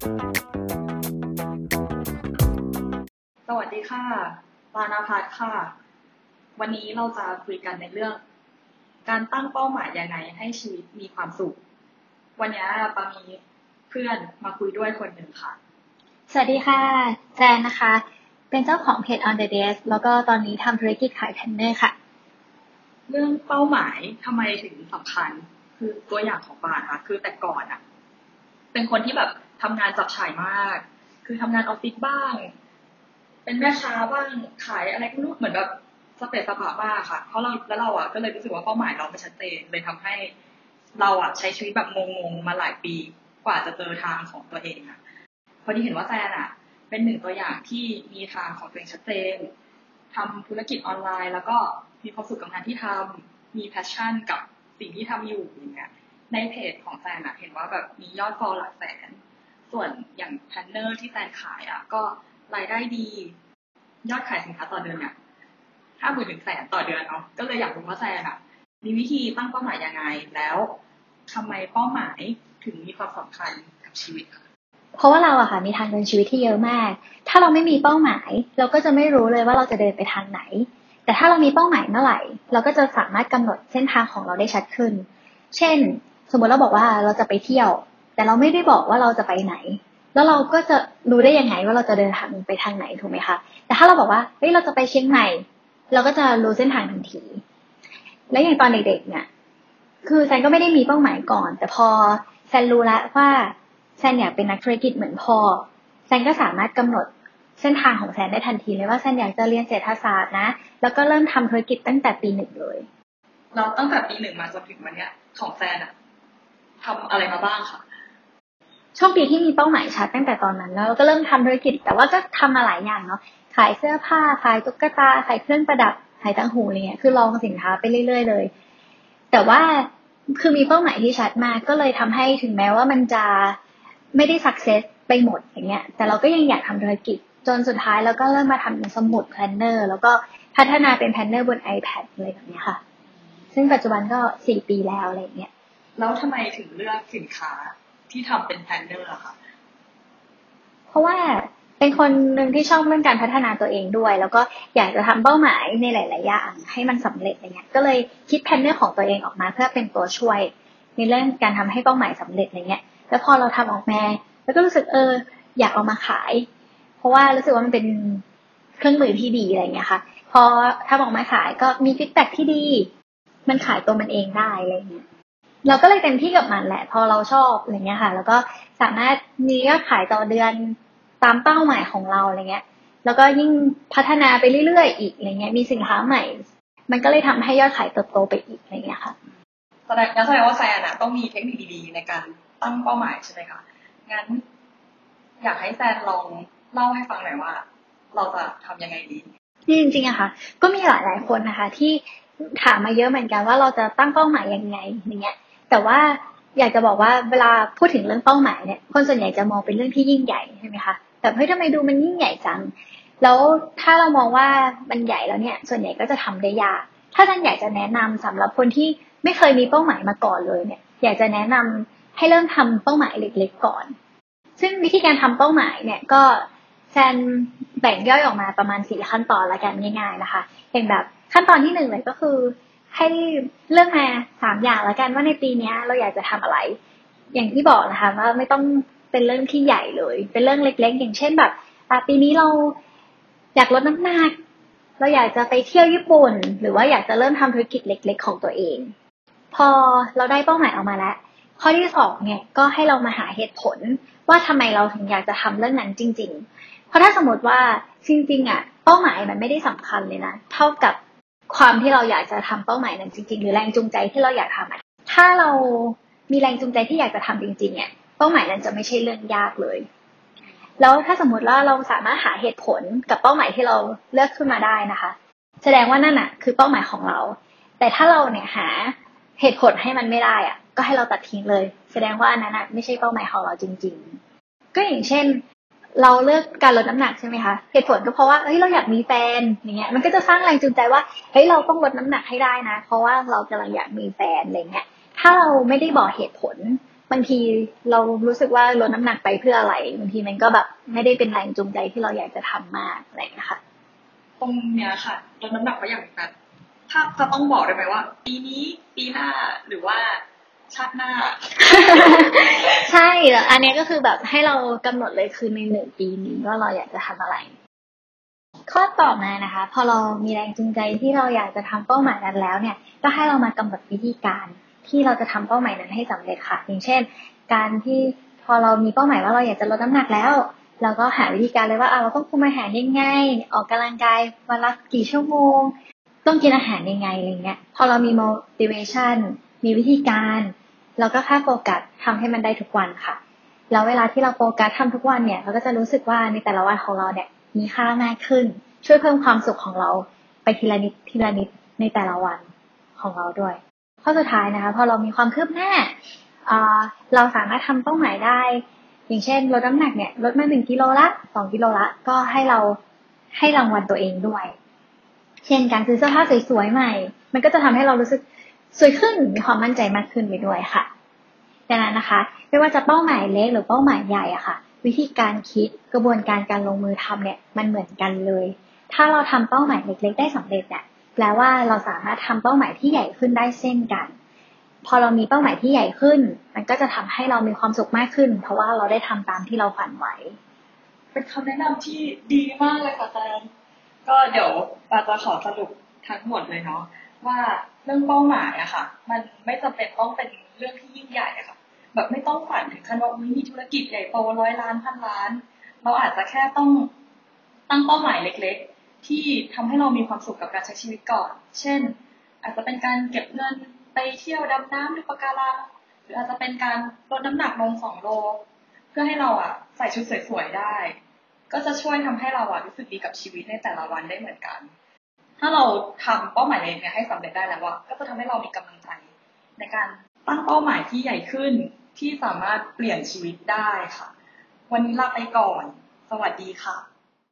สวัสดีค่ะปานาภัทรค่ะวันนี้เราจะคุยกันในเรื่องการตั้งเป้าหมายยังไงให้ชีวิตมีความสุขวันนี้ปามีเพื่อนมาคุยด้วยคนหนึ่งค่ะสวัสดีค่ะแจนนะคะเป็นเจ้าของเพจ On the Desk แล้วก็ตอนนี้ทำธุรกิจขายแพนเนอร์ค่ะเรื่องเป้าหมายทำไมถึงสำคัญคือตัวอย่างของปาค่ะคือแต่ก่อนเป็นคนที่แบบทำงานจับฉ่ายมากคือทำงานออฟฟิศบ้างเป็นแม่ค้าบ้างขายอะไรก็ไม่รู้เหมือนแบบสเปซสปะมากค่ะเพราะเราก็เลยรู้สึกว่าเป้าหมายเราไม่ชัดเจนเลยทำให้เราใช้ชีวิตแบบงงๆมาหลายปีกว่าจะเจอทางของตัวเองพอดีเห็นว่าแซนเป็นหนึ่งตัวอย่างที่มีทางของตัวเองชัดเจนทำธุรกิจออนไลน์แล้วก็มีความสุขกับงานที่ทำมีแพชชั่นกับสิ่งที่ทำอยู่อย่างเงี้ยในเพจของแซนเห็นว่าแบบมียอดฟอลหลักแสนส่วนอย่างแพลนเนอร์ที่แซนขายก็รายได้ดียอดขายสินค้าต่อเดือน50,000 ถึงแสนต่อเดือนเนาะก็เลยอยากรู้ว่าแซนมีวิธีตั้งเป้าหมายยังไงแล้วทำไมเป้าหมายถึงมีความสำคัญกับชีวิตคะเพราะว่าเราอะค่ะมีทางเดินชีวิตที่เยอะมากถ้าเราไม่มีเป้าหมายเราก็จะไม่รู้เลยว่าเราจะเดินไปทางไหนแต่ถ้าเรามีเป้าหมายเมื่อไหร่เราก็จะสามารถกำหนดเส้นทางของเราได้ชัดขึ้นเช่นสมมติเราบอกว่าเราจะไปเที่ยวแต่เราไม่ได้บอกว่าเราจะไปไหนแล้วเราก็จะรู้ได้ยังไงว่าเราจะเดินทางไปทางไหนถูกไหมคะแต่ถ้าเราบอกว่าเฮ้ยเราจะไปเชียงใหม่เราก็จะรู้เส้นทางทันทีและอย่างตอนเด็กๆเนี่ยคือแซนก็ไม่ได้มีเป้าหมายก่อนแต่พอแซนรู้แล้วว่าแซนอยากเป็นนักธุรกิจเหมือนพ่อแซนก็สามารถกำหนดเส้นทางของแซนได้ทันทีเลยว่าแซนอยากจะเรียนเศรษฐศาสตร์นะแล้วก็เริ่มทำธุรกิจตั้งแต่ปี 1เลยเราตั้งแต่ปี 1มาจนถึงวันเนี้ยของแซนทำอะไรมาบ้างค่ะโชคดีที่มีเป้าหมายชัดตั้งแต่ตอนนั้นแล้วก็เริ่มทำธุรกิจแต่ว่าก็ทำมาหลายอย่างเนาะขายเสื้อผ้าขายตุ๊กตาขายเครื่องประดับขายต่างหูอะไรเงี้ยคือลองสินค้าไปเรื่อยๆเลยแต่ว่าคือมีเป้าหมายที่ชัดมากก็เลยทำให้ถึงแม้ว่ามันจะไม่ได้สักเซสไปหมดอย่างเงี้ยแต่เราก็ยังอยากทำธุรกิจจนสุดท้ายเราก็เริ่มมาทำเป็นสมุดแพลนเนอร์แล้วก็พัฒนาเป็นแพลนเนอร์บน iPad อะไรแบบนี้ค่ะซึ่งปัจจุบันก็4 ปีแล้วอะไรเงี้ยแล้วทำไมถึงเลือกสินค้าที่ทำเป็นแพลนเนอร์อะคะเพราะว่าเป็นคนหนึ่งที่ชอบเรื่องการพัฒนาตัวเองด้วยแล้วก็อยากจะทำเป้าหมายในหลายๆอย่างให้มันสำเร็จอะไรเงี้ยก็เลยคิดแพลนเนอร์ของตัวเองออกมาเพื่อเป็นตัวช่วยในเรื่องการทำให้เป้าหมายสำเร็จอะไรเงี้ยแล้วพอเราทำออกมาแล้วก็รู้สึกอยากเอามาขายเพราะว่ารู้สึกว่ามันเป็นเครื่องมือที่ดีอะไรเงี้ยค่ะพอทำออกมาขายก็มีฟีดแบ็กที่ดีมันขายตัวมันเองได้อะไรเงี้ยเราก็เลยเต็มที่กับมันแหละพอเราชอบอะไรเงี้ยค่ะแล้วก็สามารถมียอดขายต่อเดือนตามเป้าหมายของเราอะไรเงี้ยแล้วก็ยิ่งพัฒนาไปเรื่อยๆอีกอะไรเงี้ยมีสินค้าใหม่มันก็เลยทำให้ยอดขายเติบโตไปอีกอะไรเงี้ยค่ะแสดงว่าแซนต้องมีเทคนิคดีๆในการตั้งเป้าหมายใช่ไหมคะงั้นอยากให้แซนลองเล่าให้ฟังหน่อยว่าเราจะทำยังไงดีจริงๆอะค่ะก็มีหลายๆคนนะคะที่ถามมาเยอะเหมือนกันว่าเราจะตั้งเป้าหมายยังไงอย่างเงี้ยแต่ว่าอยากจะบอกว่าเวลาพูดถึงเรื่องเป้าหมายเนี่ยคนส่วนใหญ่จะมองเป็นเรื่องที่ยิ่งใหญ่ใช่ไหมคะแต่เฮ้ยทำไมดูมันยิ่งใหญ่จังแล้วถ้าเรามองว่ามันใหญ่แล้วเนี่ยส่วนใหญ่ก็จะทำได้ยากถ้าท่านอยากจะแนะนำสำหรับคนที่ไม่เคยมีเป้าหมายมาก่อนเลยเนี่ยอยากจะแนะนำให้เริ่มทำเป้าหมายเล็กๆก่อนซึ่งวิธีการทำเป้าหมายเนี่ยก็แซนแบ่งย่อยออกมาประมาณ4 ขั้นตอนละกันง่ายๆนะคะอย่างแบบขั้นตอนที่1เลยก็คือให้เลือกมา3อย่างละกันว่าในปีนี้เราอยากจะทำอะไรอย่างที่บอกนะคะว่าไม่ต้องเป็นเรื่องที่ใหญ่เลยเป็นเรื่องเล็กๆอย่างเช่นแบบปีนี้เราอยากลดน้ำหนักเราอยากจะไปเที่ยวญี่ปุ่นหรือว่าอยากจะเริ่มทำธุรกิจเล็กๆของตัวเองพอเราได้เป้าหมายออกมาแล้วข้อที่2เนี่ยก็ให้เรามาหาเหตุผลว่าทำไมเราถึงอยากจะทำเรื่องนั้นจริงๆเพราะถ้าสมมติว่าจริงๆเป้าหมายมันไม่ได้สำคัญเลยนะเท่ากับความที่เราอยากจะทำเป้าหมายนั้นจริงๆหรือแรงจูงใจที่เราอยากทำถ้าเรามีแรงจูงใจที่อยากจะทำจริงๆเป้าหมายนั้นจะไม่ใช่เรื่องยากเลยแล้วถ้าสมมติว่าเราสามารถหาเหตุผลกับเป้าหมายที่เราเลือกขึ้นมาได้นะคะแสดงว่านั่นคือเป้าหมายของเราแต่ถ้าเราเนี่ยหาเหตุผลให้มันไม่ได้ก็ให้เราตัดทิ้งเลยแสดงว่าอันนั้นไม่ใช่เป้าหมายของเราจริงๆก็อย่างเช่นเราเลือกการลดน้ำหนักใช่ไหมคะเหตุผลก็เพราะว่าเฮ้ยเราอยากมีแฟนอย่างเงี้ยมันก็จะสร้างแรงจูงใจว่าเฮ้ยเราต้องลดน้ำหนักให้ได้นะเพราะว่าเรากำลังอยากมีแฟนอะไรเงี้ยถ้าเราไม่ได้บอกเหตุผลบางทีเรารู้สึกว่าลดน้ำหนักไปเพื่ออะไรบางทีมันก็แบบไม่ได้เป็นแรงจูงใจที่เราอยากจะทำมากอะไรอย่างเงี้ยค่ะตรงเนี้ยค่ะลดน้ำหนักก็อย่างนั้นถ้าจะต้องบอกได้ไหมว่าปีนี้ปีหน้าหรือว่าชาติหน้าใช่แล้วอันนี้ก็คือแบบให้เรากำหนดเลยคือใน1 ปีนี้ว่าเราอยากจะทำอะไรข้อต่อมานะคะพอเรามีแรงจูงใจที่เราอยากจะทำเป้าหมายนั้นแล้วเนี่ยก็ให้เรามากำหนดวิธีการที่เราจะทำเป้าหมายนั้นให้สำเร็จค่ะอย่างเช่นการที่พอเรามีเป้าหมายว่าเราอยากจะลดน้ำหนักแล้วเราก็หาวิธีการเลยว่าเราต้องคุมอาหารยังไงออกกำลังกายวันละกี่ชั่วโมงต้องกินอาหารยังไงอะไรเงี้ยพอเรามี motivation มีวิธีการเราก็แค่โฟกัสทำให้มันได้ทุกวันค่ะแล้วเวลาที่เราโฟกัสทำทุกวันเนี่ยเราก็จะรู้สึกว่าในแต่ละวันของเราเนี่ยมีค่ามากขึ้นช่วยเพิ่มความสุขของเราไปทีละนิดทีละนิดในแต่ละวันของเราด้วยข้อสุดท้ายนะคะพอเรามีความคืบหน้าเราสามารถทำเป้าหมายได้อย่างเช่นลดน้ำหนักเนี่ยลดมา1 กิโลละ2 กิโลละก็ให้เราให้รางวัลตัวเองด้วยเช่นการซื้อเสื้อผ้าสวยๆใหม่มันก็จะทำให้เรารู้สึกสวยขึ้นมีความมั่นใจมากขึ้นไปด้วยค่ะดังนั้นนะคะไม่ว่าจะเป้าหมายเล็กหรือเป้าหมายใหญ่อะค่ะวิธีการคิดกระบวนการลงมือทำเนี่ยมันเหมือนกันเลยถ้าเราทำเป้าหมายเล็กๆได้สำเร็จเนี่ยแปลว่าเราสามารถทำเป้าหมายที่ใหญ่ขึ้นได้เช่นกันพอเรามีเป้าหมายที่ใหญ่ขึ้นมันก็จะทำให้เรามีความสุขมากขึ้นเพราะว่าเราได้ทำตามที่เราฝันไว้เป็นคำแนะนำที่ดีมากเลยค่ะแซมก็เดี๋ยวปาจะขอสรุปทั้งหมดเลยเนาะว่าเรื่องเป้าหมายอะค่ะมันไม่จำเป็นต้องเป็นเรื่องที่ยิ่งใหญ่อะค่ะแบบไม่ต้องฝันถึงขั้นว่ามีธุรกิจใหญ่โต100 ล้าน1,000 ล้านเราอาจจะแค่ต้องตั้งเป้าหมายเล็กๆที่ทำให้เรามีความสุขกับการใช้ชีวิตก่อนเช่นอาจจะเป็นการเก็บเงินไปเที่ยวดำน้ำดูปะการังหรืออาจจะเป็นการลดน้ำหนักลง2 โลเพื่อให้เราอะใส่ชุดสวยๆได้ก็จะช่วยทำให้เราอะรู้สึกดีกับชีวิตในแต่ละวันได้เหมือนกันถ้าเราทำเป้าหมายเล็กเนี่ยให้สำเร็จได้แล้วอะก็จะทำให้เรามีกำลังใจในการตั้งเป้าหมายที่ใหญ่ขึ้นที่สามารถเปลี่ยนชีวิตได้ค่ะวันนี้ลาไปก่อนสวัสดีค่ะ